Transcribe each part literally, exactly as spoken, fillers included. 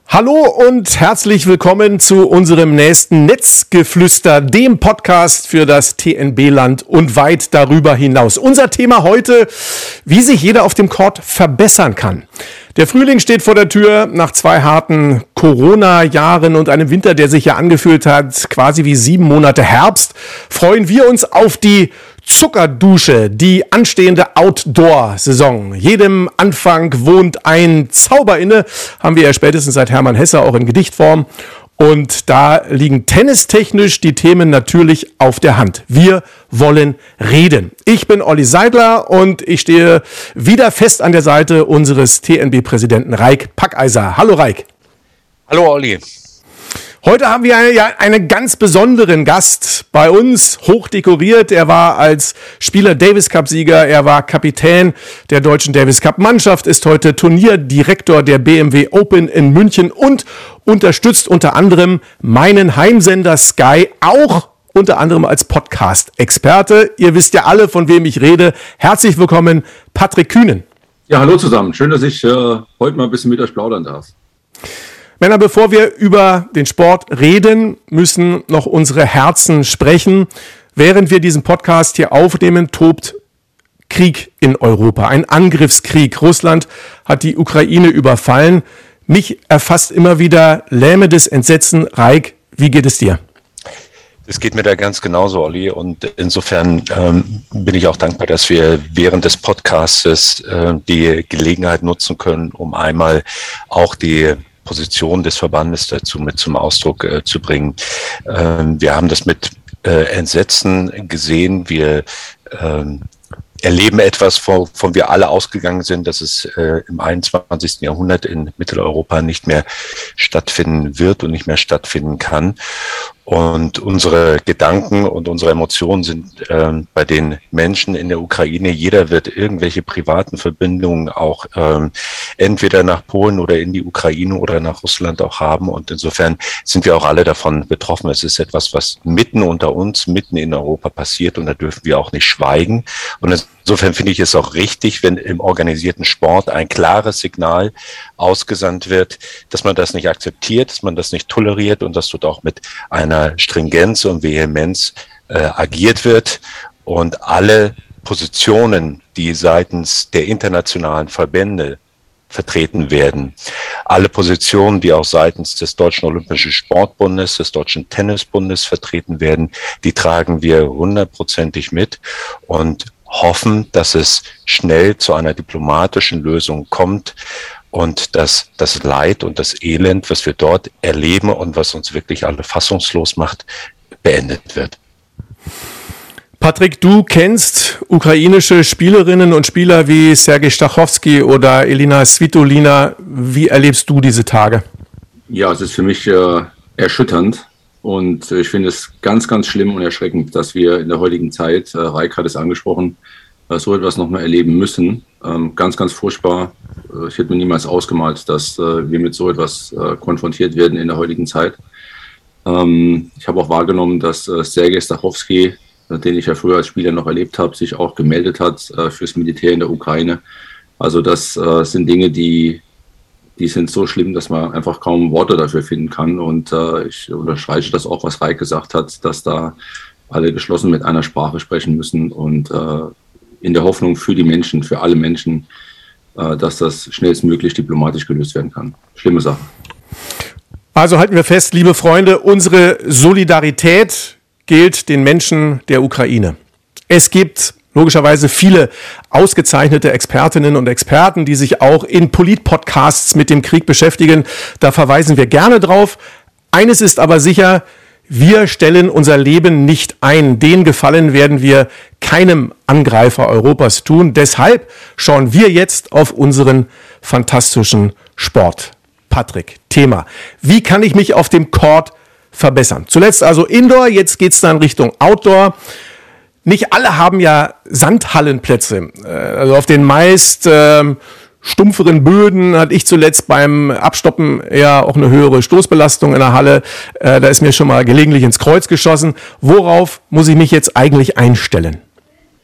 Hallo und herzlich willkommen zu unserem nächsten Netzgeflüster, dem Podcast für das T N B-Land und weit darüber hinaus. Unser Thema heute, wie sich jeder auf dem Court verbessern kann. Der Frühling steht vor der Tür. Nach zwei harten Corona-Jahren und einem Winter, der sich ja angefühlt hat, quasi wie sieben Monate Herbst, freuen wir uns auf die Zuckerdusche, die anstehende Outdoor-Saison. Jedem Anfang wohnt ein Zauber inne, haben wir ja spätestens seit Hermann Hesse auch in Gedichtform. Und da liegen tennistechnisch die Themen natürlich auf der Hand. Wir wollen reden. Ich bin Olli Seidler und ich stehe wieder fest an der Seite unseres T N B-Präsidenten Raik Packeiser. Hallo Raik. Hallo Olli. Heute haben wir ja einen ganz besonderen Gast bei uns, hochdekoriert. Er war als Spieler Davis Cup-Sieger, er war Kapitän der deutschen Davis Cup-Mannschaft, ist heute Turnierdirektor der B M W Open in München und unterstützt unter anderem meinen Heimsender Sky, auch unter anderem als Podcast-Experte. Ihr wisst ja alle, von wem ich rede. Herzlich willkommen, Patrick Kühnen. Ja, hallo zusammen. Schön, dass ich äh, heute mal ein bisschen mit euch plaudern darf. Männer, bevor wir über den Sport reden, müssen noch unsere Herzen sprechen. Während wir diesen Podcast hier aufnehmen, tobt Krieg in Europa, ein Angriffskrieg. Russland hat die Ukraine überfallen. Mich erfasst immer wieder lähmendes Entsetzen. Raik, wie geht es dir? Es geht mir da ganz genauso, Olli. Und insofern ähm, bin ich auch dankbar, dass wir während des Podcasts äh, die Gelegenheit nutzen können, um einmal auch die Position des Verbandes dazu mit zum Ausdruck äh, zu bringen. Ähm, wir haben das mit äh, Entsetzen gesehen. Wir ähm, erleben etwas, von, von wir alle ausgegangen sind, dass es äh, im einundzwanzigsten Jahrhundert in Mitteleuropa nicht mehr stattfinden wird und nicht mehr stattfinden kann. Und unsere Gedanken und unsere Emotionen sind ähm, bei den Menschen in der Ukraine. Jeder wird irgendwelche privaten Verbindungen auch ähm, entweder nach Polen oder in die Ukraine oder nach Russland auch haben. Und insofern sind wir auch alle davon betroffen. Es ist etwas, was mitten unter uns, mitten in Europa passiert. Und da dürfen wir auch nicht schweigen. Und insofern finde ich es auch richtig, wenn im organisierten Sport ein klares Signal ausgesandt wird, dass man das nicht akzeptiert, dass man das nicht toleriert und dass dort auch mit einer Stringenz und Vehemenz äh, agiert wird und alle Positionen, die seitens der internationalen Verbände vertreten werden, alle Positionen, die auch seitens des Deutschen Olympischen Sportbundes, des Deutschen Tennisbundes vertreten werden, die tragen wir hundertprozentig mit und hoffen, dass es schnell zu einer diplomatischen Lösung kommt und dass das Leid und das Elend, was wir dort erleben und was uns wirklich alle fassungslos macht, beendet wird. Patrick, du kennst ukrainische Spielerinnen und Spieler wie Sergei Stachowski oder Elina Svitolina. Wie erlebst du diese Tage? Ja, es ist für mich äh, erschütternd und ich finde es ganz, ganz schlimm und erschreckend, dass wir in der heutigen Zeit, äh, Raik hat es angesprochen, äh, so etwas noch mal erleben müssen. Ähm, ganz, ganz furchtbar. Äh, ich hätte mir niemals ausgemalt, dass äh, wir mit so etwas äh, konfrontiert werden in der heutigen Zeit. Ähm, ich habe auch wahrgenommen, dass äh, Sergei Stachowski, den ich ja früher als Spieler noch erlebt habe, sich auch gemeldet hat äh, fürs Militär in der Ukraine. Also das äh, sind Dinge, die, die sind so schlimm, dass man einfach kaum Worte dafür finden kann. Und äh, ich unterstreiche das auch, was Raik gesagt hat, dass da alle geschlossen mit einer Sprache sprechen müssen und äh, in der Hoffnung für die Menschen, für alle Menschen, äh, dass das schnellstmöglich diplomatisch gelöst werden kann. Schlimme Sache. Also halten wir fest, liebe Freunde, unsere Solidarität gilt den Menschen der Ukraine. Es gibt logischerweise viele ausgezeichnete Expertinnen und Experten, die sich auch in Polit-Podcasts mit dem Krieg beschäftigen. Da verweisen wir gerne drauf. Eines ist aber sicher, wir stellen unser Leben nicht ein. Den Gefallen werden wir keinem Angreifer Europas tun. Deshalb schauen wir jetzt auf unseren fantastischen Sport. Patrick, Thema. Wie kann ich mich auf dem Court verbessern? Zuletzt also Indoor, jetzt geht's dann Richtung Outdoor. Nicht alle haben ja Sandhallenplätze. Also auf den meist ähm, stumpferen Böden hatte ich zuletzt beim Abstoppen eher auch eine höhere Stoßbelastung in der Halle. Äh, da ist mir schon mal gelegentlich ins Kreuz geschossen. Worauf muss ich mich jetzt eigentlich einstellen?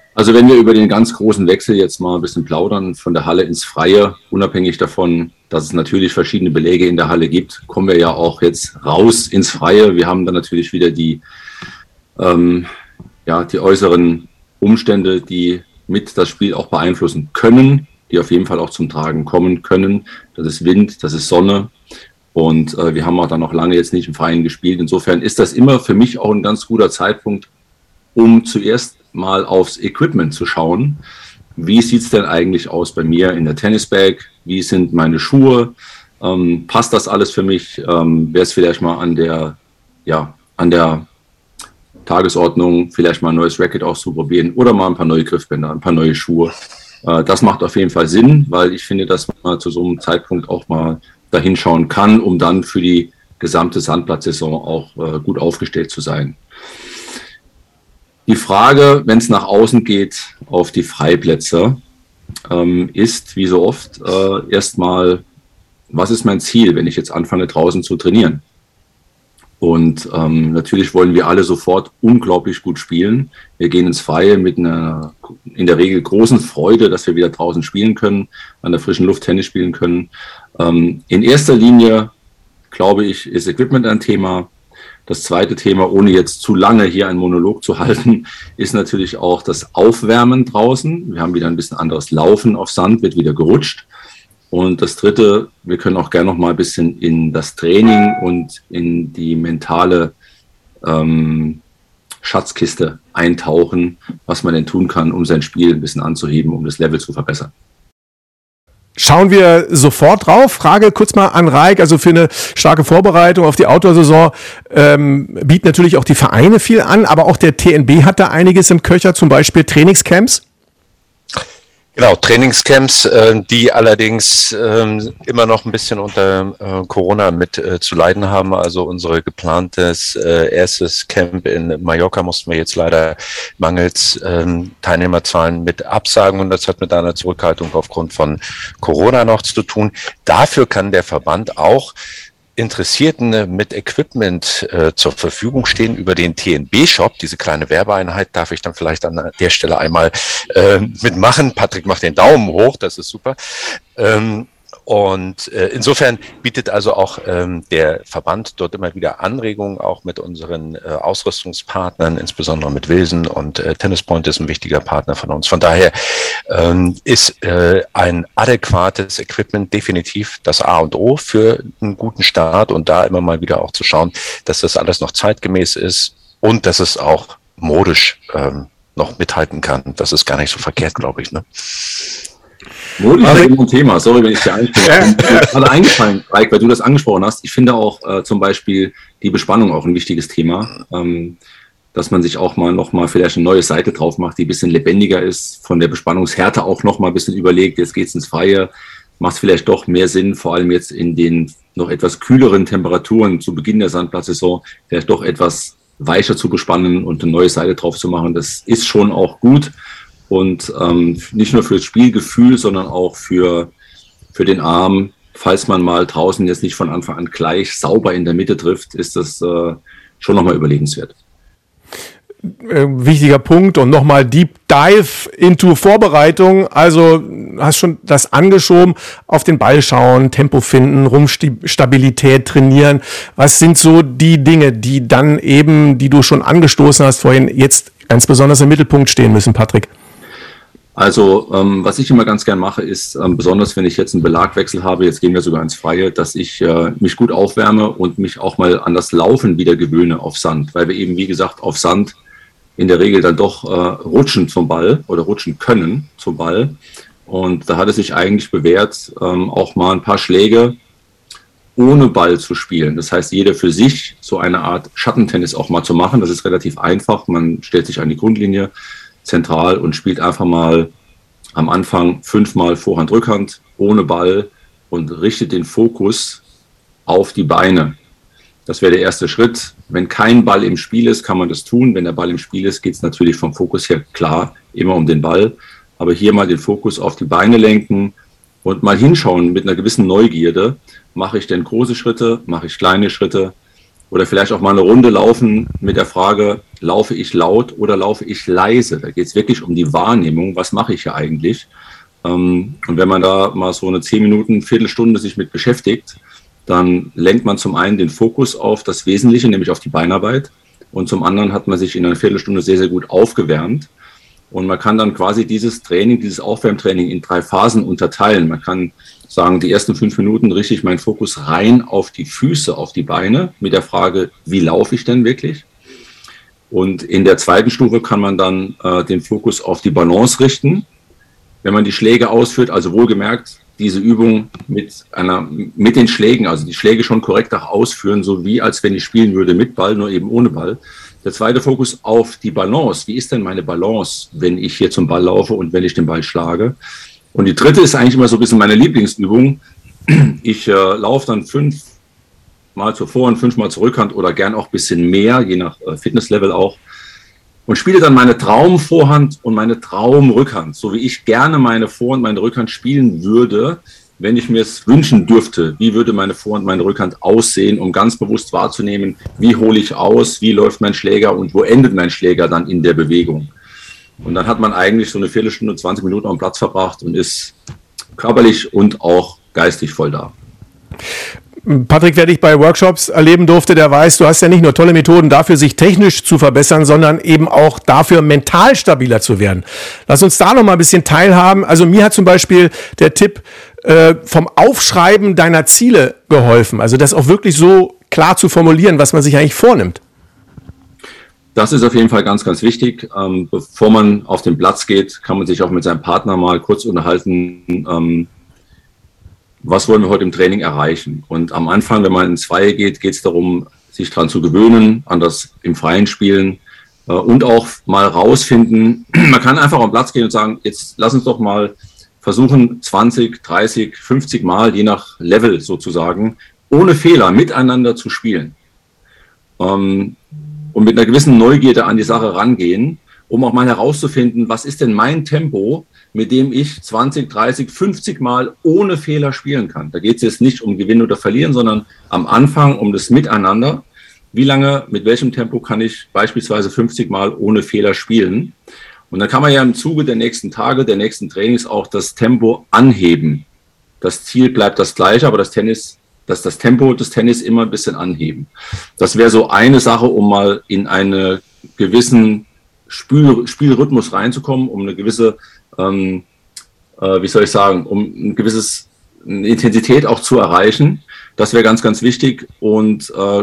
Also wenn wir über den ganz großen Wechsel jetzt mal ein bisschen plaudern, von der Halle ins Freie, unabhängig davon, dass es natürlich verschiedene Beläge in der Halle gibt, kommen wir ja auch jetzt raus ins Freie. Wir haben dann natürlich wieder die, ähm, ja, die äußeren Umstände, die mit das Spiel auch beeinflussen können, die auf jeden Fall auch zum Tragen kommen können. Das ist Wind, das ist Sonne. Und äh, wir haben auch dann noch lange jetzt nicht im Freien gespielt. Insofern ist das immer für mich auch ein ganz guter Zeitpunkt, um zuerst mal aufs Equipment zu schauen. Wie sieht es denn eigentlich aus bei mir in der Tennisbag? Wie sind meine Schuhe? Ähm, passt das alles für mich? Ähm, Wäre es vielleicht mal an der, ja, an der Tagesordnung, vielleicht mal ein neues Racket auszuprobieren oder mal ein paar neue Griffbänder, ein paar neue Schuhe. Äh, das macht auf jeden Fall Sinn, weil ich finde, dass man zu so einem Zeitpunkt auch mal dahin schauen kann, um dann für die gesamte Sandplatzsaison auch äh, gut aufgestellt zu sein. Die Frage, wenn es nach außen geht, auf die Freiplätze, ähm, ist, wie so oft, äh, erstmal, was ist mein Ziel, wenn ich jetzt anfange, draußen zu trainieren? Und ähm, natürlich wollen wir alle sofort unglaublich gut spielen. Wir gehen ins Freie mit einer in der Regel großen Freude, dass wir wieder draußen spielen können, an der frischen Luft Tennis spielen können. Ähm, in erster Linie, glaube ich, ist Equipment ein Thema. Das zweite Thema, ohne jetzt zu lange hier einen Monolog zu halten, ist natürlich auch das Aufwärmen draußen. Wir haben wieder ein bisschen anderes Laufen auf Sand, wird wieder gerutscht. Und das dritte, wir können auch gerne noch mal ein bisschen in das Training und in die mentale ähm, Schatzkiste eintauchen, was man denn tun kann, um sein Spiel ein bisschen anzuheben, um das Level zu verbessern. Schauen wir sofort drauf. Frage kurz mal an Raik, also für eine starke Vorbereitung auf die Outdoor-Saison ähm, bieten natürlich auch die Vereine viel an, aber auch der T N B hat da einiges im Köcher, zum Beispiel Trainingscamps. Genau, Trainingscamps, äh, die allerdings äh, immer noch ein bisschen unter äh, Corona mit äh, zu leiden haben. Also unsere geplantes äh, erstes Camp in Mallorca mussten wir jetzt leider mangels äh, Teilnehmerzahlen mit absagen, und das hat mit einer Zurückhaltung aufgrund von Corona noch zu tun. Dafür kann der Verband auch Interessierten mit Equipment äh, zur Verfügung stehen über den T N B-Shop. Diese kleine Werbeeinheit darf ich dann vielleicht an der Stelle einmal äh, mitmachen. Patrick macht den Daumen hoch, das ist super. Ähm, Und äh, insofern bietet also auch ähm, der Verband dort immer wieder Anregungen, auch mit unseren äh, Ausrüstungspartnern, insbesondere mit Wilson, und äh, Tennispoint ist ein wichtiger Partner von uns. Von daher ähm, ist äh, ein adäquates Equipment definitiv das A und O für einen guten Start, und da immer mal wieder auch zu schauen, dass das alles noch zeitgemäß ist und dass es auch modisch ähm, noch mithalten kann. Das ist gar nicht so verkehrt, glaube ich, ne? Mode ist ja immer ein Thema, sorry, wenn ich dir einspringe. Mir ist gerade eingefallen, Raik, weil du das angesprochen hast. Ich finde auch äh, zum Beispiel die Bespannung auch ein wichtiges Thema, ähm, dass man sich auch mal noch mal vielleicht eine neue Seite drauf macht, die ein bisschen lebendiger ist, von der Bespannungshärte auch noch mal ein bisschen überlegt, jetzt geht's ins Freie, macht es vielleicht doch mehr Sinn, vor allem jetzt in den noch etwas kühleren Temperaturen zu Beginn der Sandplatzsaison, vielleicht doch etwas weicher zu bespannen und eine neue Seite drauf zu machen. Das ist schon auch gut. Und ähm, nicht nur für das Spielgefühl, sondern auch für, für den Arm. Falls man mal draußen jetzt nicht von Anfang an gleich sauber in der Mitte trifft, ist das äh, schon nochmal überlegenswert. Äh, wichtiger Punkt, und nochmal Deep Dive into Vorbereitung. Also hast schon das angeschoben, auf den Ball schauen, Tempo finden, Rumpfstabilität trainieren. Was sind so die Dinge, die dann eben, die du schon angestoßen hast vorhin, jetzt ganz besonders im Mittelpunkt stehen müssen, Patrick? Also ähm, was ich immer ganz gern mache, ist, ähm, besonders wenn ich jetzt einen Belagwechsel habe, jetzt gehen wir sogar ins Freie, dass ich äh, mich gut aufwärme und mich auch mal an das Laufen wieder gewöhne auf Sand, weil wir eben, wie gesagt, auf Sand in der Regel dann doch äh, rutschen zum Ball oder rutschen können zum Ball. Und da hat es sich eigentlich bewährt, ähm, auch mal ein paar Schläge ohne Ball zu spielen. Das heißt, jeder für sich so eine Art Schattentennis auch mal zu machen. Das ist relativ einfach. Man stellt sich an die Grundlinie zentral und spielt einfach mal am Anfang fünfmal Vorhand, Rückhand, ohne Ball, und richtet den Fokus auf die Beine. Das wäre der erste Schritt. Wenn kein Ball im Spiel ist, kann man das tun. Wenn der Ball im Spiel ist, geht es natürlich vom Fokus her klar immer um den Ball. Aber hier mal den Fokus auf die Beine lenken und mal hinschauen mit einer gewissen Neugierde. Mache ich denn große Schritte? Mache ich kleine Schritte? Oder vielleicht auch mal eine Runde laufen mit der Frage, laufe ich laut oder laufe ich leise? Da geht es wirklich um die Wahrnehmung, was mache ich hier eigentlich? Und wenn man da mal so eine zehn Minuten, Viertelstunde sich mit beschäftigt, dann lenkt man zum einen den Fokus auf das Wesentliche, nämlich auf die Beinarbeit. Und zum anderen hat man sich in einer Viertelstunde sehr, sehr gut aufgewärmt. Und man kann dann quasi dieses Training, dieses Aufwärmtraining in drei Phasen unterteilen. Man kann sagen, die ersten fünf Minuten richte ich meinen Fokus rein auf die Füße, auf die Beine mit der Frage, wie laufe ich denn wirklich? Und in der zweiten Stufe kann man dann äh, den Fokus auf die Balance richten. Wenn man die Schläge ausführt, also wohlgemerkt, diese Übung mit einer, mit den Schlägen, also die Schläge schon korrekt auch ausführen, so wie als wenn ich spielen würde mit Ball, nur eben ohne Ball. Der zweite Fokus auf die Balance. Wie ist denn meine Balance, wenn ich hier zum Ball laufe und wenn ich den Ball schlage? Und die dritte ist eigentlich immer so ein bisschen meine Lieblingsübung. Ich äh, laufe dann fünfmal zur Vorhand, fünfmal zur Rückhand oder gern auch ein bisschen mehr, je nach äh, Fitnesslevel auch. Und spiele dann meine Traumvorhand und meine Traumrückhand, so wie ich gerne meine Vorhand, meine Rückhand spielen würde, wenn ich mir es wünschen dürfte. Wie würde meine Vorhand, meine Rückhand aussehen, um ganz bewusst wahrzunehmen, wie hole ich aus, wie läuft mein Schläger und wo endet mein Schläger dann in der Bewegung. Und dann hat man eigentlich so eine Viertelstunde, zwanzig Minuten am Platz verbracht und ist körperlich und auch geistig voll da. Patrick, wer dich bei Workshops erleben durfte, der weiß, du hast ja nicht nur tolle Methoden dafür, sich technisch zu verbessern, sondern eben auch dafür, mental stabiler zu werden. Lass uns da noch mal ein bisschen teilhaben. Also mir hat zum Beispiel der Tipp äh, vom Aufschreiben deiner Ziele geholfen. Also das auch wirklich so klar zu formulieren, was man sich eigentlich vornimmt. Das ist auf jeden Fall ganz, ganz wichtig. Ähm, bevor man auf den Platz geht, kann man sich auch mit seinem Partner mal kurz unterhalten, ähm, was wollen wir heute im Training erreichen. Und am Anfang, wenn man ins Freie geht, geht es darum, sich daran zu gewöhnen, an das im Freien Spielen äh, und auch mal rausfinden. Man kann einfach am Platz gehen und sagen, jetzt lass uns doch mal versuchen, zwanzig, dreißig, fünfzig Mal, je nach Level sozusagen, ohne Fehler miteinander zu spielen. Ähm, und mit einer gewissen Neugierde an die Sache rangehen, um auch mal herauszufinden, was ist denn mein Tempo, mit dem ich zwanzig, dreißig, fünfzig Mal ohne Fehler spielen kann. Da geht es jetzt nicht um Gewinnen oder Verlieren, sondern am Anfang um das Miteinander. Wie lange, mit welchem Tempo kann ich beispielsweise fünfzig Mal ohne Fehler spielen? Und dann kann man ja im Zuge der nächsten Tage, der nächsten Trainings auch das Tempo anheben. Das Ziel bleibt das gleiche, aber das Tennis dass das Tempo des Tennis immer ein bisschen anheben. Das wäre so eine Sache, um mal in einen gewissen Spiel, Spielrhythmus reinzukommen, um eine gewisse, ähm, äh, wie soll ich sagen, um ein gewisses eine Intensität auch zu erreichen. Das wäre ganz, ganz wichtig. Und äh,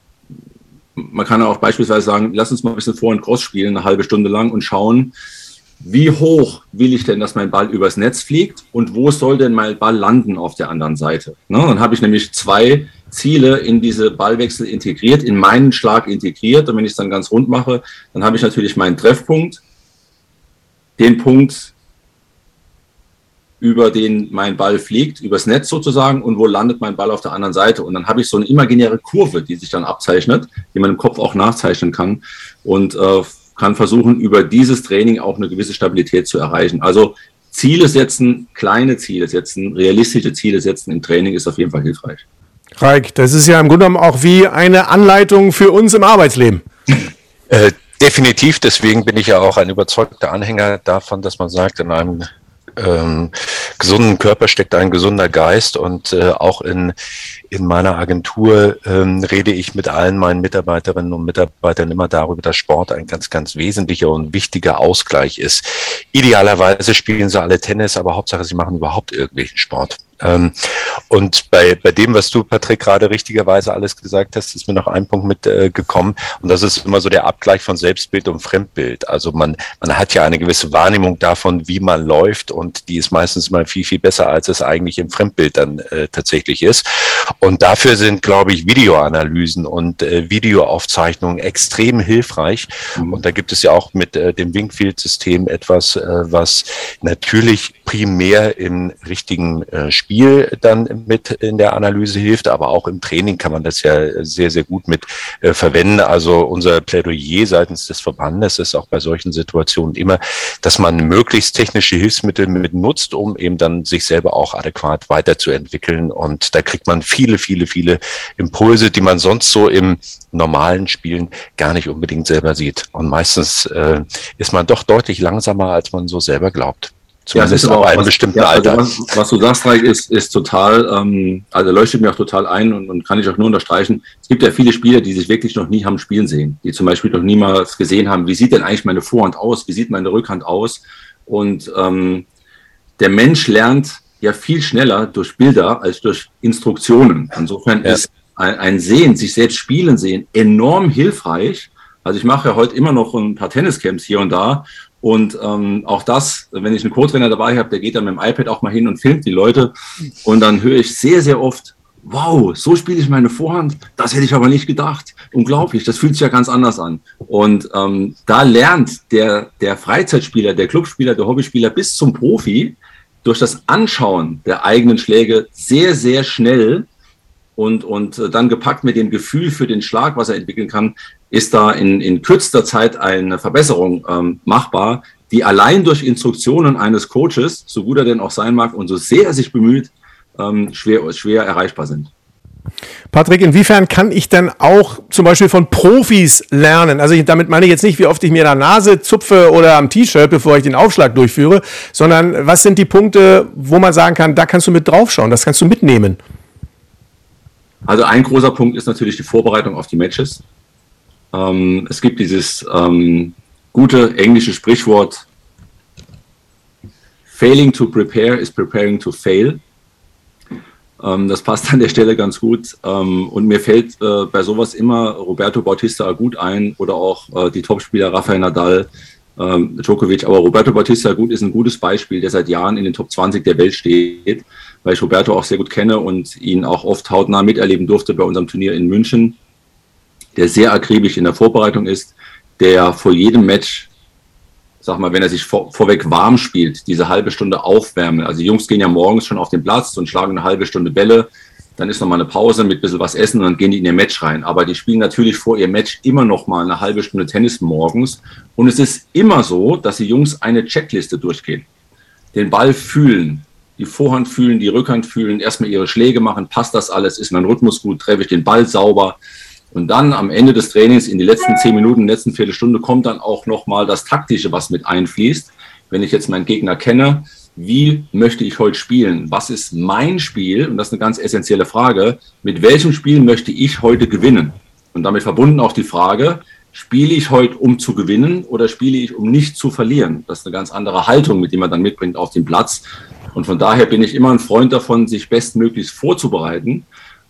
man kann auch beispielsweise sagen, lass uns mal ein bisschen Vor- und Cross spielen, eine halbe Stunde lang und schauen, wie hoch will ich denn, dass mein Ball übers Netz fliegt und wo soll denn mein Ball landen auf der anderen Seite? Ne? Dann habe ich nämlich zwei Ziele in diese Ballwechsel integriert, in meinen Schlag integriert. Und wenn ich es dann ganz rund mache, dann habe ich natürlich meinen Treffpunkt, den Punkt, über den mein Ball fliegt, übers Netz sozusagen, und wo landet mein Ball auf der anderen Seite. Und dann habe ich so eine imaginäre Kurve, die sich dann abzeichnet, die man im Kopf auch nachzeichnen kann und äh, kann versuchen, über dieses Training auch eine gewisse Stabilität zu erreichen. Also Ziele setzen, kleine Ziele setzen, realistische Ziele setzen im Training ist auf jeden Fall hilfreich. Raik, das ist ja im Grunde genommen auch wie eine Anleitung für uns im Arbeitsleben. Äh, definitiv, deswegen bin ich ja auch ein überzeugter Anhänger davon, dass man sagt, in einem ähm, gesunden Körper steckt ein gesunder Geist, und äh, auch in in meiner Agentur ähm, rede ich mit allen meinen Mitarbeiterinnen und Mitarbeitern immer darüber, dass Sport ein ganz, ganz wesentlicher und wichtiger Ausgleich ist. Idealerweise spielen sie alle Tennis, aber Hauptsache, sie machen überhaupt irgendwelchen Sport. Ähm, und bei, bei dem, was du, Patrick, gerade richtigerweise alles gesagt hast, ist mir noch ein Punkt mitgekommen. Äh, und das ist immer so der Abgleich von Selbstbild und Fremdbild. Also man, man hat ja eine gewisse Wahrnehmung davon, wie man läuft, und die ist meistens mal viel, viel besser, als es eigentlich im Fremdbild dann äh, tatsächlich ist. Und dafür sind, glaube ich, Videoanalysen und äh, Videoaufzeichnungen extrem hilfreich. Mhm. Und da gibt es ja auch mit äh, dem Wingfield-System etwas, äh, was natürlich primär im richtigen äh, Spiel dann mit in der Analyse hilft, aber auch im Training kann man das ja sehr, sehr gut mit äh, verwenden. Also unser Plädoyer seitens des Verbandes ist auch bei solchen Situationen immer, dass man möglichst technische Hilfsmittel mit nutzt, um eben dann sich selber auch adäquat weiterzuentwickeln. Und da kriegt man viele viele, viele, viele Impulse, die man sonst so im normalen Spielen gar nicht unbedingt selber sieht. Und meistens äh, ist man doch deutlich langsamer, als man so selber glaubt. Zumindest ja, ab einem was, bestimmten ja, Alter. Also was, was du sagst, Raik, ist, ist total, ähm, also leuchtet mir auch total ein und, und kann ich auch nur unterstreichen. Es gibt ja viele Spieler, die sich wirklich noch nie haben spielen sehen, die zum Beispiel noch niemals gesehen haben, wie sieht denn eigentlich meine Vorhand aus, wie sieht meine Rückhand aus. Und ähm, der Mensch lernt ja viel schneller durch Bilder als durch Instruktionen. Insofern ja. ist ein, ein Sehen, sich selbst spielen sehen, enorm hilfreich. Also ich mache ja heute immer noch ein paar Tenniscamps hier und da. Und ähm, auch das, wenn ich einen Co-Trainer dabei habe, der geht dann mit dem iPad auch mal hin und filmt die Leute. Und dann höre ich sehr, sehr oft, wow, so spiele ich meine Vorhand. Das hätte ich aber nicht gedacht. Unglaublich, das fühlt sich ja ganz anders an. Und ähm, da lernt der, der Freizeitspieler, der Clubspieler, der Hobbyspieler bis zum Profi durch das Anschauen der eigenen Schläge sehr, sehr schnell und, und äh, dann gepackt mit dem Gefühl für den Schlag, was er entwickeln kann, ist da in, in kürzester Zeit eine Verbesserung ähm, machbar, die allein durch Instruktionen eines Coaches, so gut er denn auch sein mag und so sehr er sich bemüht, ähm, schwer, schwer erreichbar sind. Patrick, inwiefern kann ich denn auch zum Beispiel von Profis lernen? Also ich, damit meine ich jetzt nicht, wie oft ich mir in der Nase zupfe oder am T-Shirt, bevor ich den Aufschlag durchführe, sondern was sind die Punkte, wo man sagen kann, da kannst du mit draufschauen, das kannst du mitnehmen? Also ein großer Punkt ist natürlich die Vorbereitung auf die Matches. Ähm, es gibt dieses ähm, gute englische Sprichwort, failing to prepare is preparing to fail. Ähm, das passt an der Stelle ganz gut. Ähm, und mir fällt äh, bei sowas immer Roberto Bautista gut ein oder auch äh, die Topspieler Rafael Nadal, ähm, Djokovic. Aber Roberto Bautista gut ist ein gutes Beispiel, der seit Jahren in den Top zwanzig der Welt steht, weil ich Roberto auch sehr gut kenne und ihn auch oft hautnah miterleben durfte bei unserem Turnier in München, der sehr akribisch in der Vorbereitung ist, der vor jedem Match, sag mal, wenn er sich vor, vorweg warm spielt, diese halbe Stunde aufwärmen. Also die Jungs gehen ja morgens schon auf den Platz und schlagen eine halbe Stunde Bälle, dann ist nochmal eine Pause mit ein bisschen was essen und dann gehen die in ihr Match rein. Aber die spielen natürlich vor ihr Match immer noch mal eine halbe Stunde Tennis morgens. Und es ist immer so, dass die Jungs eine Checkliste durchgehen. Den Ball fühlen, die Vorhand fühlen, die Rückhand fühlen, erstmal ihre Schläge machen, passt das alles, ist mein Rhythmus gut, treffe ich den Ball sauber. Und dann am Ende des Trainings, in die letzten zehn Minuten, in der letzten Viertelstunde, kommt dann auch nochmal das Taktische, was mit einfließt. Wenn ich jetzt meinen Gegner kenne, wie möchte ich heute spielen? Was ist mein Spiel? Und das ist eine ganz essentielle Frage. Mit welchem Spiel möchte ich heute gewinnen? Und damit verbunden auch die Frage, spiele ich heute, um zu gewinnen oder spiele ich, um nicht zu verlieren? Das ist eine ganz andere Haltung, mit die man dann mitbringt auf den Platz. Und von daher bin ich immer ein Freund davon, sich bestmöglichst vorzubereiten,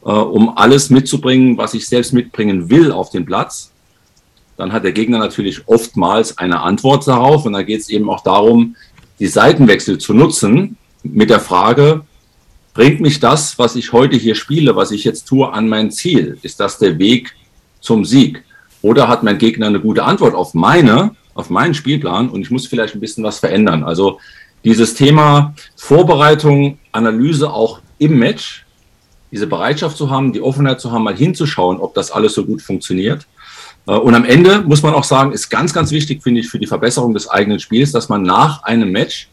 um alles mitzubringen, was ich selbst mitbringen will auf den Platz. Dann hat der Gegner natürlich oftmals eine Antwort darauf und da geht es eben auch darum, die Seitenwechsel zu nutzen mit der Frage, bringt mich das, was ich heute hier spiele, was ich jetzt tue, an mein Ziel? Ist das der Weg zum Sieg? Oder hat mein Gegner eine gute Antwort auf meine, auf meinen Spielplan und ich muss vielleicht ein bisschen was verändern? Also dieses Thema Vorbereitung, Analyse auch im Match, diese Bereitschaft zu haben, die Offenheit zu haben, mal hinzuschauen, ob das alles so gut funktioniert. Und am Ende muss man auch sagen, ist ganz, ganz wichtig, finde ich, für die Verbesserung des eigenen Spiels, dass man nach einem Match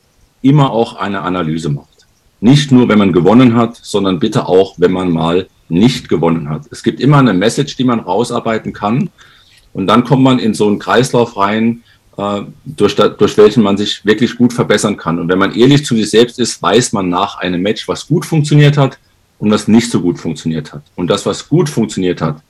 immer auch eine Analyse macht. Nicht nur, wenn man gewonnen hat, sondern bitte auch, wenn man mal nicht gewonnen hat. Es gibt immer eine Message, die man rausarbeiten kann. Und dann kommt man in so einen Kreislauf rein, durch, durch welchen man sich wirklich gut verbessern kann. Und wenn man ehrlich zu sich selbst ist, weiß man nach einem Match, was gut funktioniert hat und was nicht so gut funktioniert hat. Und das, was gut funktioniert hat,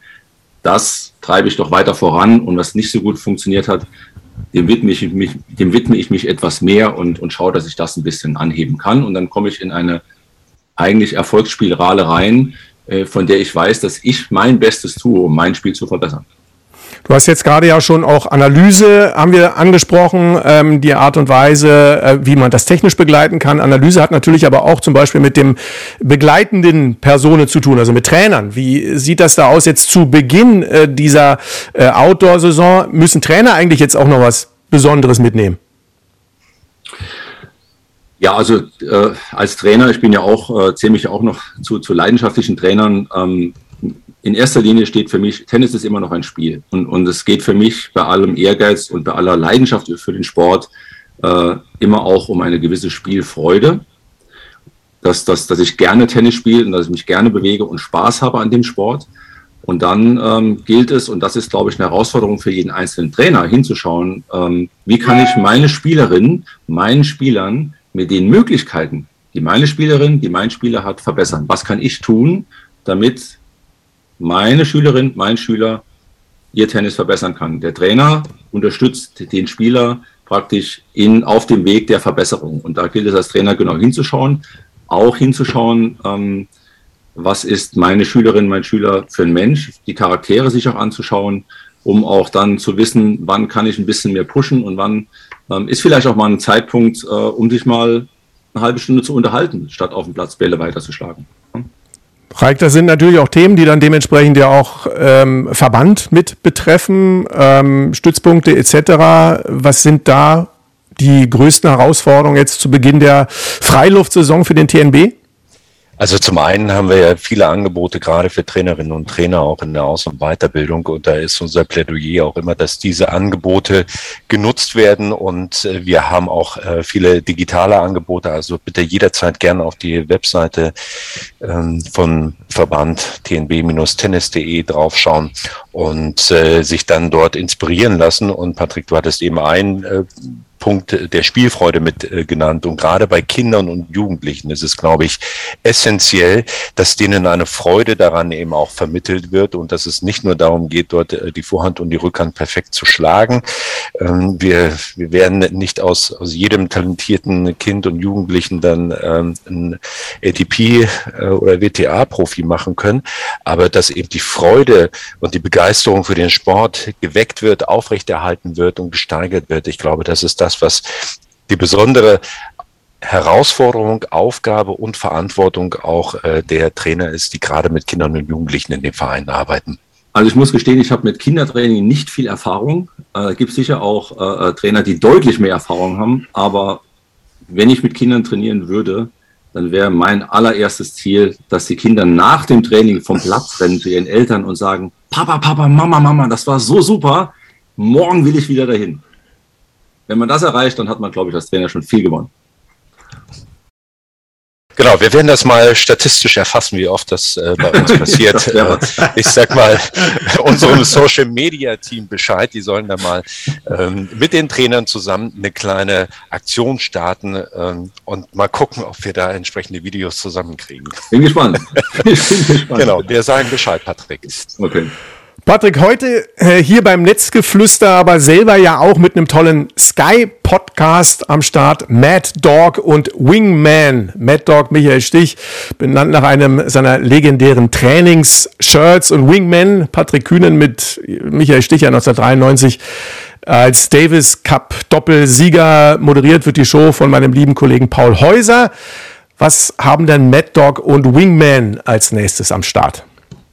das treibe ich doch weiter voran. Und was nicht so gut funktioniert hat, dem widme ich mich, dem widme ich mich etwas mehr und, und schaue, dass ich das ein bisschen anheben kann. Und dann komme ich in eine eigentlich Erfolgsspirale rein, äh, von der ich weiß, dass ich mein Bestes tue, um mein Spiel zu verbessern. Du hast jetzt gerade ja schon auch Analyse, haben wir angesprochen, ähm, die Art und Weise, äh, wie man das technisch begleiten kann. Analyse hat natürlich aber auch zum Beispiel mit dem begleitenden Personen zu tun, also mit Trainern. Wie sieht das da aus jetzt zu Beginn äh, dieser äh, Outdoor-Saison? Müssen Trainer eigentlich jetzt auch noch was Besonderes mitnehmen? Ja, also äh, als Trainer, ich bin ja auch, äh, zähle mich auch noch zu, zu leidenschaftlichen Trainern. Ähm, in erster Linie steht für mich, Tennis ist immer noch ein Spiel. Und, und es geht für mich bei allem Ehrgeiz und bei aller Leidenschaft für den Sport äh, immer auch um eine gewisse Spielfreude. dass, dass, dass ich gerne Tennis spiele und dass ich mich gerne bewege und Spaß habe an dem Sport. Und dann ähm, gilt es, und das ist, glaube ich, eine Herausforderung für jeden einzelnen Trainer, hinzuschauen, ähm, wie kann ich meine Spielerinnen, meinen Spielern mit den Möglichkeiten, die meine Spielerin, die mein Spieler hat, verbessern. Was kann ich tun, damit meine Schülerin, mein Schüler ihr Tennis verbessern kann? Der Trainer unterstützt den Spieler praktisch in, auf dem Weg der Verbesserung. Und da gilt es als Trainer genau hinzuschauen, auch hinzuschauen, ähm, was ist meine Schülerin, mein Schüler für ein Mensch, die Charaktere sich auch anzuschauen, um auch dann zu wissen, wann kann ich ein bisschen mehr pushen und wann ähm, ist vielleicht auch mal ein Zeitpunkt, äh, um sich mal eine halbe Stunde zu unterhalten, statt auf dem Platz Bälle weiterzuschlagen. Raik, das sind natürlich auch Themen, die dann dementsprechend ja auch ähm, Verband mit betreffen, ähm, Stützpunkte et cetera. Was sind da die größten Herausforderungen jetzt zu Beginn der Freiluftsaison für den T N B? Also zum einen haben wir ja viele Angebote, gerade für Trainerinnen und Trainer, auch in der Aus- und Weiterbildung. Und da ist unser Plädoyer auch immer, dass diese Angebote genutzt werden. Und wir haben auch viele digitale Angebote. Also bitte jederzeit gerne auf die Webseite von Verband T N B Tennis punkt de draufschauen und sich dann dort inspirieren lassen. Und Patrick, du hattest eben ein Punkt der Spielfreude mit äh, genannt. Und gerade bei Kindern und Jugendlichen ist es, glaube ich, essentiell, dass denen eine Freude daran eben auch vermittelt wird und dass es nicht nur darum geht, dort äh, die Vorhand und die Rückhand perfekt zu schlagen. Ähm, wir, wir werden nicht aus, aus jedem talentierten Kind und Jugendlichen dann ähm, ein A T P äh, oder W T A-Profi machen können, aber dass eben die Freude und die Begeisterung für den Sport geweckt wird, aufrechterhalten wird und gesteigert wird. Ich glaube, das ist das, was die besondere Herausforderung, Aufgabe und Verantwortung auch äh, der Trainer ist, die gerade mit Kindern und Jugendlichen in den Vereinen arbeiten. Also ich muss gestehen, ich habe mit Kindertraining nicht viel Erfahrung. Es äh, gibt sicher auch äh, Trainer, die deutlich mehr Erfahrung haben. Aber wenn ich mit Kindern trainieren würde, dann wäre mein allererstes Ziel, dass die Kinder nach dem Training vom Platz rennen zu ihren Eltern und sagen, Papa, Papa, Mama, Mama, das war so super, morgen will ich wieder dahin. Wenn man das erreicht, dann hat man, glaube ich, als Trainer schon viel gewonnen. Genau, wir werden das mal statistisch erfassen, wie oft das äh, bei uns passiert. äh, ich sag mal unserem Social-Media-Team Bescheid, die sollen da mal ähm, mit den Trainern zusammen eine kleine Aktion starten ähm, und mal gucken, ob wir da entsprechende Videos zusammenkriegen. Bin gespannt. Ich bin gespannt. Genau, wir sagen Bescheid, Patrick. Okay. Patrick, heute äh, hier beim Netzgeflüster, aber selber ja auch mit einem tollen Sky-Podcast am Start. Mad Dog und Wingman. Mad Dog Michael Stich, benannt nach einem seiner legendären Trainings-Shirts, und Wingman Patrick Kühnen mit Michael Stich ja neunzehnhundertdreiundneunzig als Davis Cup Doppelsieger. Moderiert wird die Show von meinem lieben Kollegen Paul Häuser. Was haben denn Mad Dog und Wingman als nächstes am Start?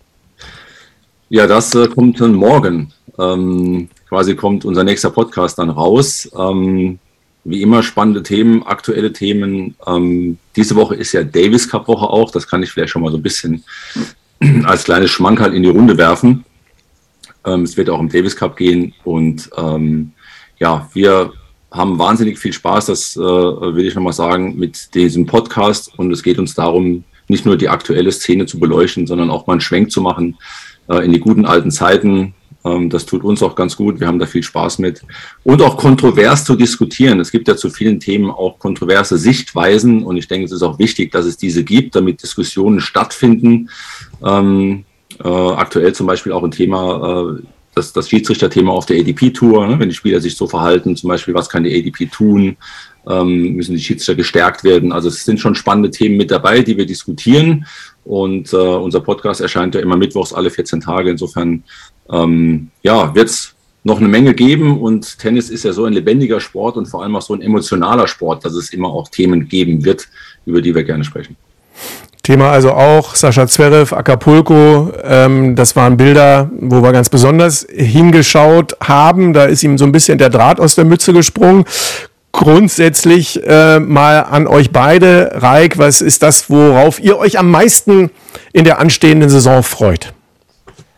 Ja, das äh, kommt dann morgen. Ähm, quasi kommt unser nächster Podcast dann raus. Ähm, wie immer spannende Themen, aktuelle Themen. Ähm, diese Woche ist ja Davis Cup Woche auch. Das kann ich vielleicht schon mal so ein bisschen als kleines Schmankerl in die Runde werfen. Ähm, es wird auch im Davis Cup gehen und ähm, ja, wir haben wahnsinnig viel Spaß, das äh, will ich nochmal sagen, mit diesem Podcast, und es geht uns darum, nicht nur die aktuelle Szene zu beleuchten, sondern auch mal einen Schwenk zu machen in die guten alten Zeiten. Das tut uns auch ganz gut. Wir haben da viel Spaß mit. Und auch kontrovers zu diskutieren. Es gibt ja zu vielen Themen auch kontroverse Sichtweisen. Und ich denke, es ist auch wichtig, dass es diese gibt, damit Diskussionen stattfinden. Ähm, äh, aktuell zum Beispiel auch ein Thema, äh, das, das Schiedsrichterthema auf der A D P-Tour. Ne? Wenn die Spieler sich so verhalten, zum Beispiel, was kann die A D P tun? Ähm, müssen die Schiedsrichter gestärkt werden? Also es sind schon spannende Themen mit dabei, die wir diskutieren. Und äh, unser Podcast erscheint ja immer mittwochs alle vierzehn Tage. Insofern ähm, ja, wird es noch eine Menge geben. Und Tennis ist ja so ein lebendiger Sport und vor allem auch so ein emotionaler Sport, dass es immer auch Themen geben wird, über die wir gerne sprechen. Thema also auch Sascha Zverev, Acapulco. Ähm, das waren Bilder, wo wir ganz besonders hingeschaut haben. Da ist ihm so ein bisschen der Draht aus der Mütze gesprungen. Grundsätzlich äh, mal an euch beide. Raik, was ist das, worauf ihr euch am meisten in der anstehenden Saison freut?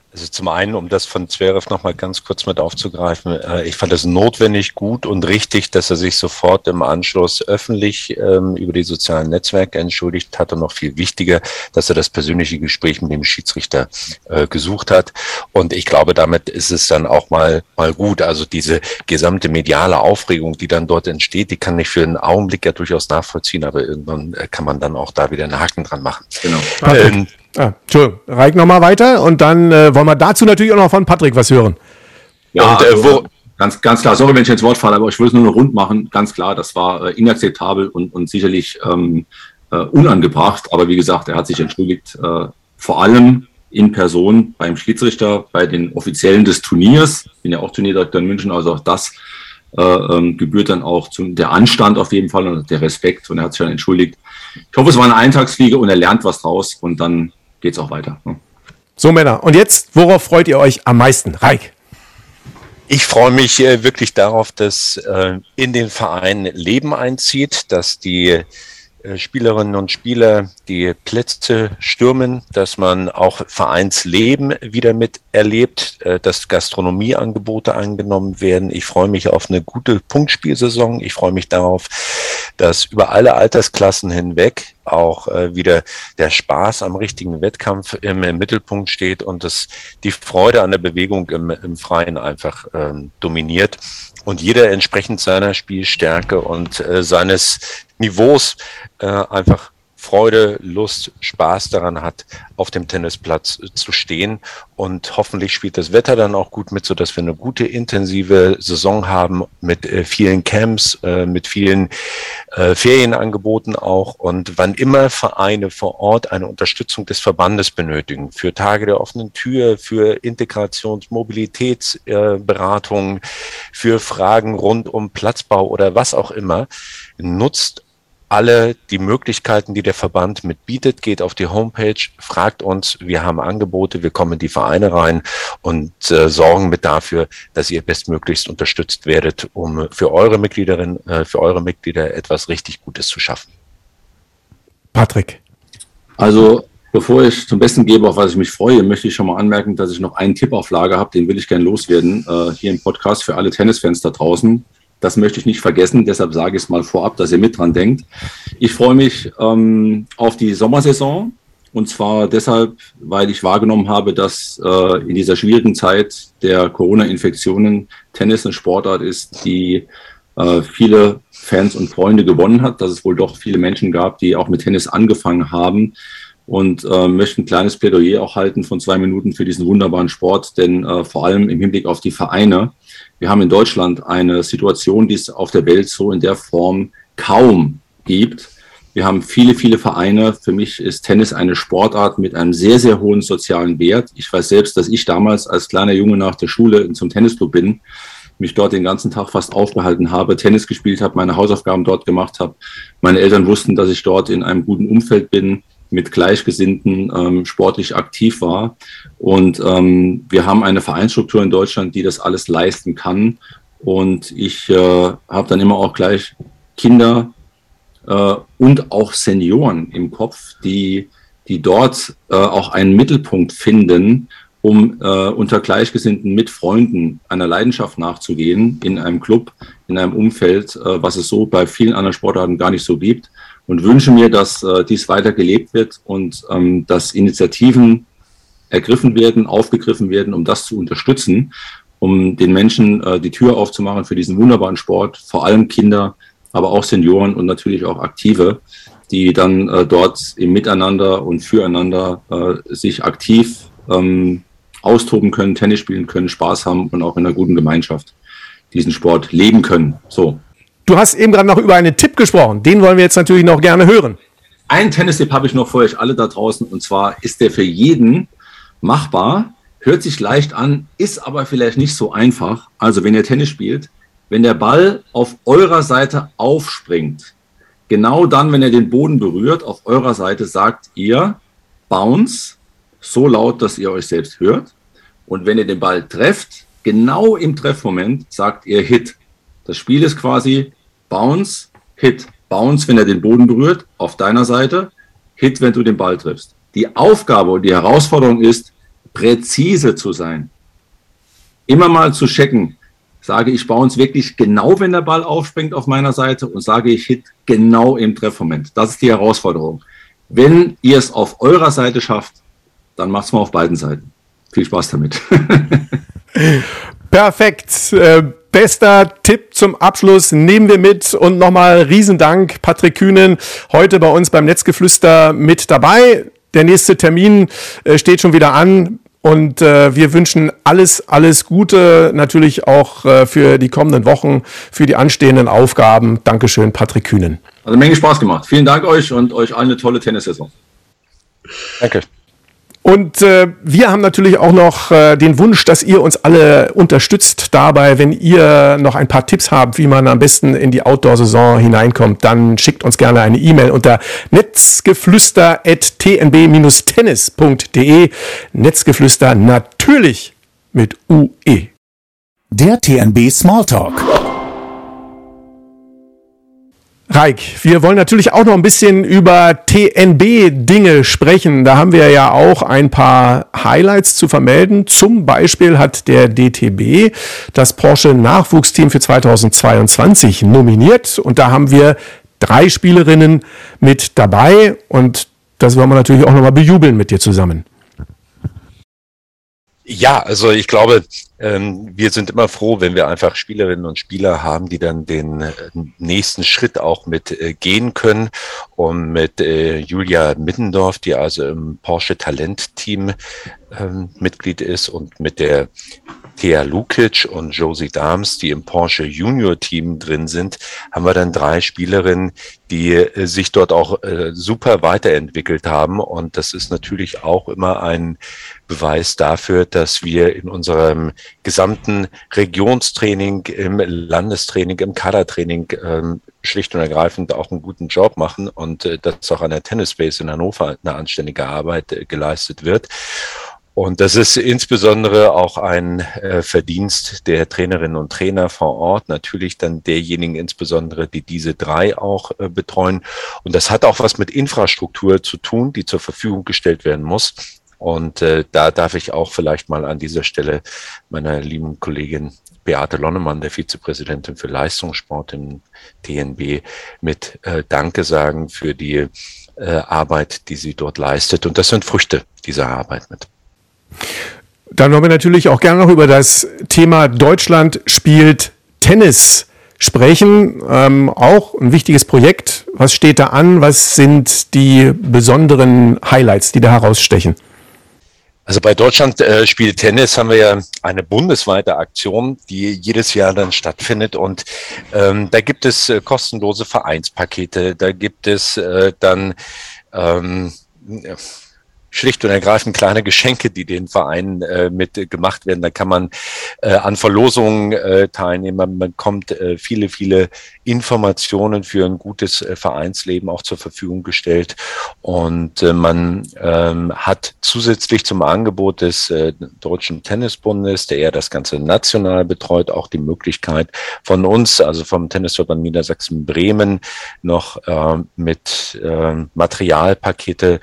Also zum einen, um das von Zverev nochmal ganz kurz mit aufzugreifen, äh, ich fand es notwendig, gut und richtig, dass er sich sofort im Anschluss öffentlich ähm, über die sozialen Netzwerke entschuldigt hat und noch viel wichtiger, dass er das persönliche Gespräch mit dem Schiedsrichter äh, gesucht hat. Und ich glaube, damit ist es dann auch mal mal gut. Also diese gesamte mediale Aufregung, die dann dort entsteht, die kann ich für einen Augenblick ja durchaus nachvollziehen, aber irgendwann äh, kann man dann auch da wieder einen Haken dran machen. Genau. Ähm, Ah, Entschuldigung, Raik nochmal weiter und dann äh, wollen wir dazu natürlich auch noch von Patrick was hören. Ja, und, äh, wo, ganz, ganz klar, sorry, wenn ich ins Wort falle, aber ich will es nur noch rund machen. Ganz klar, das war äh, inakzeptabel und, und sicherlich ähm, äh, unangebracht. Aber wie gesagt, er hat sich entschuldigt, äh, vor allem in Person beim Schiedsrichter, bei den Offiziellen des Turniers. Ich bin ja auch Turnierdirektor in München, also auch das äh, ähm, gebührt dann auch zum, der Anstand auf jeden Fall und der Respekt. Und er hat sich dann entschuldigt. Ich hoffe, es war eine Eintagsfliege und er lernt was draus und dann geht's auch weiter. Ne? So, Männer. Und jetzt, worauf freut ihr euch am meisten? Raik. Ich freue mich äh, wirklich darauf, dass äh, in den Verein Leben einzieht, dass die äh, Spielerinnen und Spieler die Plätze stürmen, dass man auch Vereinsleben wieder miterlebt, äh, dass Gastronomieangebote angenommen werden. Ich freue mich auf eine gute Punktspielsaison. Ich freue mich darauf, dass über alle Altersklassen hinweg auch äh, wieder der Spaß am richtigen Wettkampf im, im Mittelpunkt steht und dass die Freude an der Bewegung im, im Freien einfach ähm, dominiert und jeder entsprechend seiner Spielstärke und äh, seines Niveaus äh, einfach Freude, Lust, Spaß daran hat, auf dem Tennisplatz zu stehen. Und hoffentlich spielt das Wetter dann auch gut mit, sodass wir eine gute, intensive Saison haben mit äh, vielen Camps, äh, mit vielen äh, Ferienangeboten auch. Und wann immer Vereine vor Ort eine Unterstützung des Verbandes benötigen, für Tage der offenen Tür, für Integrations-, Mobilitätsberatung, äh, für Fragen rund um Platzbau oder was auch immer, nutzt alle die Möglichkeiten, die der Verband mitbietet, geht auf die Homepage, fragt uns, wir haben Angebote, wir kommen in die Vereine rein und äh, sorgen mit dafür, dass ihr bestmöglichst unterstützt werdet, um für eure Mitgliederinnen, äh, für eure Mitglieder etwas richtig Gutes zu schaffen. Patrick. Also, bevor ich zum Besten gebe, auf was ich mich freue, möchte ich schon mal anmerken, dass ich noch einen Tipp auf Lager habe, den will ich gerne loswerden, äh, hier im Podcast für alle Tennisfans da draußen. Das möchte ich nicht vergessen, deshalb sage ich es mal vorab, dass ihr mit dran denkt. Ich freue mich ähm, auf die Sommersaison und zwar deshalb, weil ich wahrgenommen habe, dass äh, in dieser schwierigen Zeit der Corona-Infektionen Tennis eine Sportart ist, die äh, viele Fans und Freunde gewonnen hat, dass es wohl doch viele Menschen gab, die auch mit Tennis angefangen haben und äh, möchte ein kleines Plädoyer auch halten von zwei Minuten für diesen wunderbaren Sport, denn äh, vor allem im Hinblick auf die Vereine. Wir haben in Deutschland eine Situation, die es auf der Welt so in der Form kaum gibt. Wir haben viele, viele Vereine. Für mich ist Tennis eine Sportart mit einem sehr, sehr hohen sozialen Wert. Ich weiß selbst, dass ich damals als kleiner Junge nach der Schule zum Tennisclub bin, mich dort den ganzen Tag fast aufgehalten habe, Tennis gespielt habe, meine Hausaufgaben dort gemacht habe. Meine Eltern wussten, dass ich dort in einem guten Umfeld bin, mit Gleichgesinnten ähm, sportlich aktiv war. Und ähm, wir haben eine Vereinsstruktur in Deutschland, die das alles leisten kann. Und ich äh, habe dann immer auch gleich Kinder äh, und auch Senioren im Kopf, die, die dort äh, auch einen Mittelpunkt finden, um äh, unter Gleichgesinnten mit Freunden einer Leidenschaft nachzugehen in einem Club, in einem Umfeld, äh, was es so bei vielen anderen Sportarten gar nicht so gibt. Und wünsche mir, dass äh, dies weiter gelebt wird und ähm, dass Initiativen ergriffen werden, aufgegriffen werden, um das zu unterstützen, um den Menschen äh, die Tür aufzumachen für diesen wunderbaren Sport, vor allem Kinder, aber auch Senioren und natürlich auch Aktive, die dann äh, dort im Miteinander und füreinander äh, sich aktiv ähm, austoben können, Tennis spielen können, Spaß haben und auch in einer guten Gemeinschaft diesen Sport leben können. So. Du hast eben gerade noch über einen Tipp gesprochen. Den wollen wir jetzt natürlich noch gerne hören. Einen Tennistipp habe ich noch für euch alle da draußen. Und zwar ist der für jeden machbar. Hört sich leicht an, ist aber vielleicht nicht so einfach. Also wenn ihr Tennis spielt, wenn der Ball auf eurer Seite aufspringt, genau dann, wenn er den Boden berührt, auf eurer Seite sagt ihr Bounce, so laut, dass ihr euch selbst hört. Und wenn ihr den Ball trefft, genau im Treffmoment sagt ihr Hit. Das Spiel ist quasi Bounce, Hit. Bounce, wenn er den Boden berührt, auf deiner Seite. Hit, wenn du den Ball triffst. Die Aufgabe und die Herausforderung ist, präzise zu sein. Immer mal zu checken, sage ich bounce wirklich genau, wenn der Ball aufspringt auf meiner Seite und sage ich hit genau im Treffmoment. Das ist die Herausforderung. Wenn ihr es auf eurer Seite schafft, dann macht es mal auf beiden Seiten. Viel Spaß damit. Perfekt. Äh, bester Tipp zum Abschluss nehmen wir mit und nochmal Riesendank, Patrick Kühnen, heute bei uns beim Netzgeflüster mit dabei. Der nächste Termin äh, steht schon wieder an und äh, wir wünschen alles, alles Gute, natürlich auch äh, für die kommenden Wochen, für die anstehenden Aufgaben. Dankeschön, Patrick Kühnen. Hat eine Menge Spaß gemacht. Vielen Dank euch und euch allen eine tolle Tennissaison. Danke. Und äh, wir haben natürlich auch noch äh, den Wunsch, dass ihr uns alle unterstützt dabei. Wenn ihr noch ein paar Tipps habt, wie man am besten in die Outdoor-Saison hineinkommt, dann schickt uns gerne eine E-Mail unter netzgeflüster at t n b dash tennis punkt d e. Netzgeflüster natürlich mit U E. Der T N B Smalltalk. Raik, wir wollen natürlich auch noch ein bisschen über T N B-Dinge sprechen. Da haben wir ja auch ein paar Highlights zu vermelden. Zum Beispiel hat der D T B das Porsche-Nachwuchsteam für zweitausendzweiundzwanzig nominiert. Und da haben wir drei Spielerinnen mit dabei. Und das wollen wir natürlich auch nochmal bejubeln mit dir zusammen. Ja, also ich glaube, ähm, wir sind immer froh, wenn wir einfach Spielerinnen und Spieler haben, die dann den äh, nächsten Schritt auch mit äh, gehen können. Und mit äh, Julia Middendorf, die also im Porsche Talent-Team ähm, Mitglied ist, und mit der Thea Lukic und Josie Dahms, die im Porsche Junior-Team drin sind, haben wir dann drei Spielerinnen, die äh, sich dort auch äh, super weiterentwickelt haben. Und das ist natürlich auch immer ein Beweis dafür, dass wir in unserem gesamten Regionstraining, im Landestraining, im Kadertraining ähm, schlicht und ergreifend auch einen guten Job machen und äh, dass auch an der Tennis Space in Hannover eine anständige Arbeit äh, geleistet wird. Und das ist insbesondere auch ein äh, Verdienst der Trainerinnen und Trainer vor Ort, natürlich dann derjenigen insbesondere, die diese drei auch äh, betreuen. Und das hat auch was mit Infrastruktur zu tun, die zur Verfügung gestellt werden muss. Und äh, da darf ich auch vielleicht mal an dieser Stelle meiner lieben Kollegin Beate Lonnemann, der Vizepräsidentin für Leistungssport im T N B, mit äh, Danke sagen für die äh, Arbeit, die sie dort leistet. Und das sind Früchte dieser Arbeit mit. Dann wollen wir natürlich auch gerne noch über das Thema Deutschland spielt Tennis sprechen. Ähm, auch ein wichtiges Projekt. Was steht da an? Was sind die besonderen Highlights, die da herausstechen? Also bei Deutschland äh, spielt Tennis haben wir ja eine bundesweite Aktion, die jedes Jahr dann stattfindet, und ähm, da gibt es äh, kostenlose Vereinspakete, da gibt es äh, dann ähm, schlicht und ergreifend kleine Geschenke, die den Vereinen äh, mit äh, gemacht werden. Da kann man äh, an Verlosungen äh, teilnehmen. Man bekommt äh, viele, viele Informationen für ein gutes äh, Vereinsleben auch zur Verfügung gestellt. Und äh, man ähm, hat zusätzlich zum Angebot des äh, Deutschen Tennisbundes, der ja das Ganze national betreut, auch die Möglichkeit von uns, also vom Tennisverband Niedersachsen-Bremen, noch äh, mit äh, Materialpakete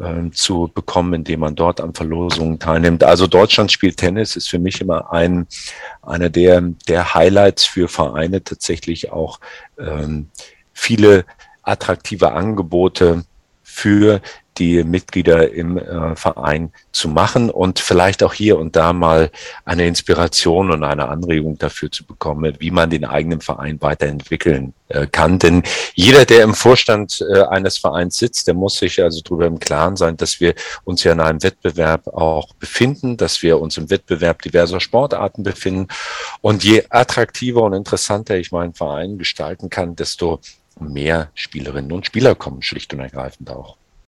zu bekommen, indem man dort an Verlosungen teilnimmt. Also Deutschland spielt Tennis ist für mich immer ein einer der der Highlights für Vereine, tatsächlich auch ähm, viele attraktive Angebote für die Mitglieder im äh, Verein zu machen und vielleicht auch hier und da mal eine Inspiration und eine Anregung dafür zu bekommen, wie man den eigenen Verein weiterentwickeln äh, kann. Denn jeder, der im Vorstand äh, eines Vereins sitzt, der muss sich also darüber im Klaren sein, dass wir uns ja in einem Wettbewerb auch befinden, dass wir uns im Wettbewerb diverser Sportarten befinden. Und je attraktiver und interessanter ich meinen Verein gestalten kann, desto mehr Spielerinnen und Spieler kommen schlicht und ergreifend auch.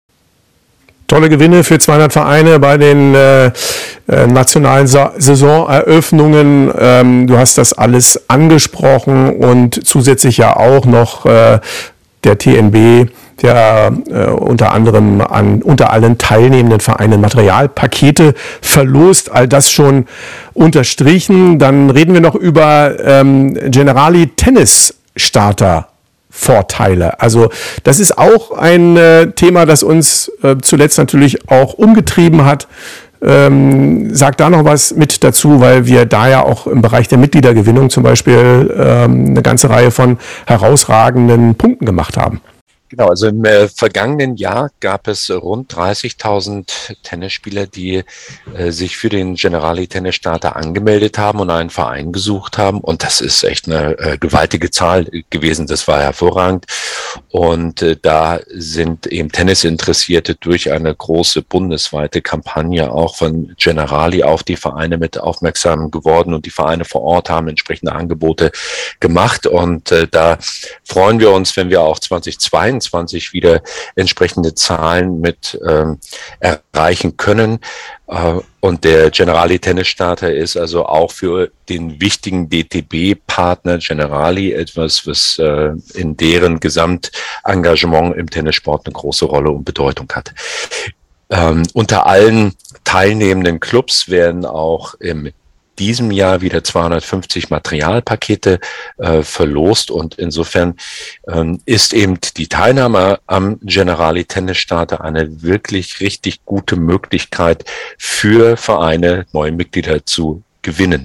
Tolle Gewinne für zweihundert Vereine bei den äh, äh, nationalen Sa- Saisoneröffnungen. Ähm, du hast das alles angesprochen und zusätzlich ja auch noch äh, der T N B, der äh, unter anderem an unter allen teilnehmenden Vereinen Materialpakete verlost. All das schon unterstrichen. Dann reden wir noch über ähm, Generali Tennis Starter Vorteile. Also das ist auch ein äh, Thema, das uns äh, zuletzt natürlich auch umgetrieben hat. Ähm, sag da noch was mit dazu, weil wir da ja auch im Bereich der Mitgliedergewinnung zum Beispiel ähm, eine ganze Reihe von herausragenden Punkten gemacht haben. Genau, also im äh, vergangenen Jahr gab es rund dreißigtausend Tennisspieler, die äh, sich für den Generali Tennis Starter angemeldet haben und einen Verein gesucht haben. Und das ist echt eine äh, gewaltige Zahl gewesen. Das war hervorragend. Und äh, da sind eben Tennisinteressierte durch eine große bundesweite Kampagne auch von Generali auf die Vereine mit aufmerksam geworden. Und die Vereine vor Ort haben entsprechende Angebote gemacht. Und äh, da freuen wir uns, wenn wir auch zweitausendzweiundzwanzig wieder entsprechende Zahlen mit ähm, erreichen können. Äh, und der Generali Tennis Starter ist also auch für den wichtigen D T B-Partner Generali etwas, was äh, in deren Gesamtengagement im Tennissport eine große Rolle und Bedeutung hat. Ähm, unter allen teilnehmenden Clubs werden auch im diesem Jahr wieder zweihundertfünfzig Materialpakete äh, verlost und insofern ähm, ist eben die Teilnahme am Generali Tennis Starter eine wirklich richtig gute Möglichkeit für Vereine, neue Mitglieder zu gewinnen.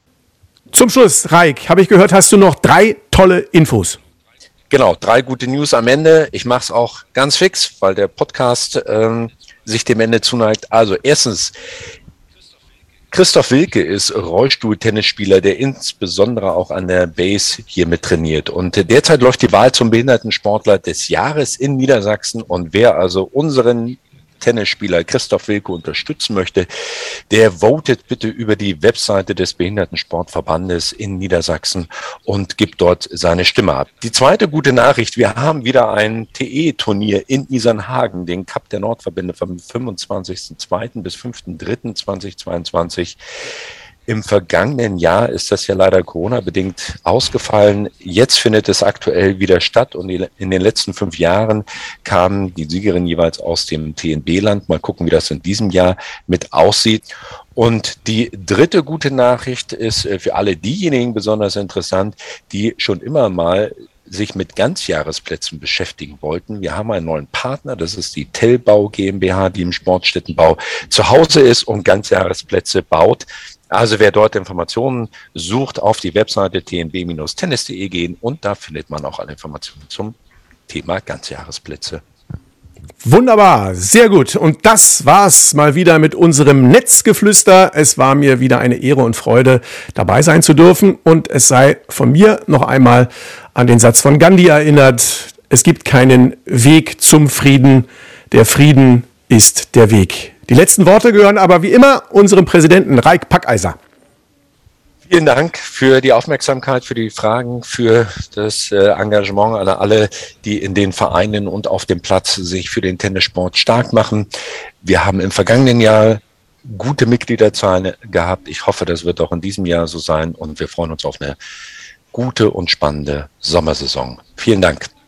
Zum Schluss, Raik, habe ich gehört, hast du noch drei tolle Infos. Genau, drei gute News am Ende. Ich mache es auch ganz fix, weil der Podcast ähm, sich dem Ende zuneigt. Also erstens, Christoph Wilke ist Rollstuhl-Tennisspieler, der insbesondere auch an der Base hier mit trainiert. Und derzeit läuft die Wahl zum Behindertensportler des Jahres in Niedersachsen. Und wer also unseren Tennisspieler Christoph Wilke unterstützen möchte, der votet bitte über die Webseite des Behindertensportverbandes in Niedersachsen und gibt dort seine Stimme ab. Die zweite gute Nachricht, wir haben wieder ein T E-Turnier in Isernhagen, den Cup der Nordverbände vom fünfundzwanzigsten zweiten bis fünften dritten zweitausendzweiundzwanzig. Im vergangenen Jahr ist das ja leider Corona-bedingt ausgefallen. Jetzt findet es aktuell wieder statt und in den letzten fünf Jahren kamen die Siegerinnen jeweils aus dem T N B-Land. Mal gucken, wie das in diesem Jahr mit aussieht. Und die dritte gute Nachricht ist für alle diejenigen besonders interessant, die schon immer mal sich mit Ganzjahresplätzen beschäftigen wollten. Wir haben einen neuen Partner, das ist die Tellbau GmbH, die im Sportstättenbau zu Hause ist und Ganzjahresplätze baut. Also wer dort Informationen sucht, auf die Webseite t n b Bindestrich tennis punkt de gehen und da findet man auch alle Informationen zum Thema Ganzjahresplätze. Wunderbar, sehr gut. Und das war's mal wieder mit unserem Netzgeflüster. Es war mir wieder eine Ehre und Freude, dabei sein zu dürfen. Und es sei von mir noch einmal an den Satz von Gandhi erinnert. Es gibt keinen Weg zum Frieden. Der Frieden ist der Weg. Die letzten Worte gehören aber wie immer unserem Präsidenten Raik Packeiser. Vielen Dank für die Aufmerksamkeit, für die Fragen, für das äh, Engagement an alle, die in den Vereinen und auf dem Platz sich für den Tennissport stark machen. Wir haben im vergangenen Jahr gute Mitgliederzahlen gehabt. Ich hoffe, das wird auch in diesem Jahr so sein und wir freuen uns auf eine gute und spannende Sommersaison. Vielen Dank.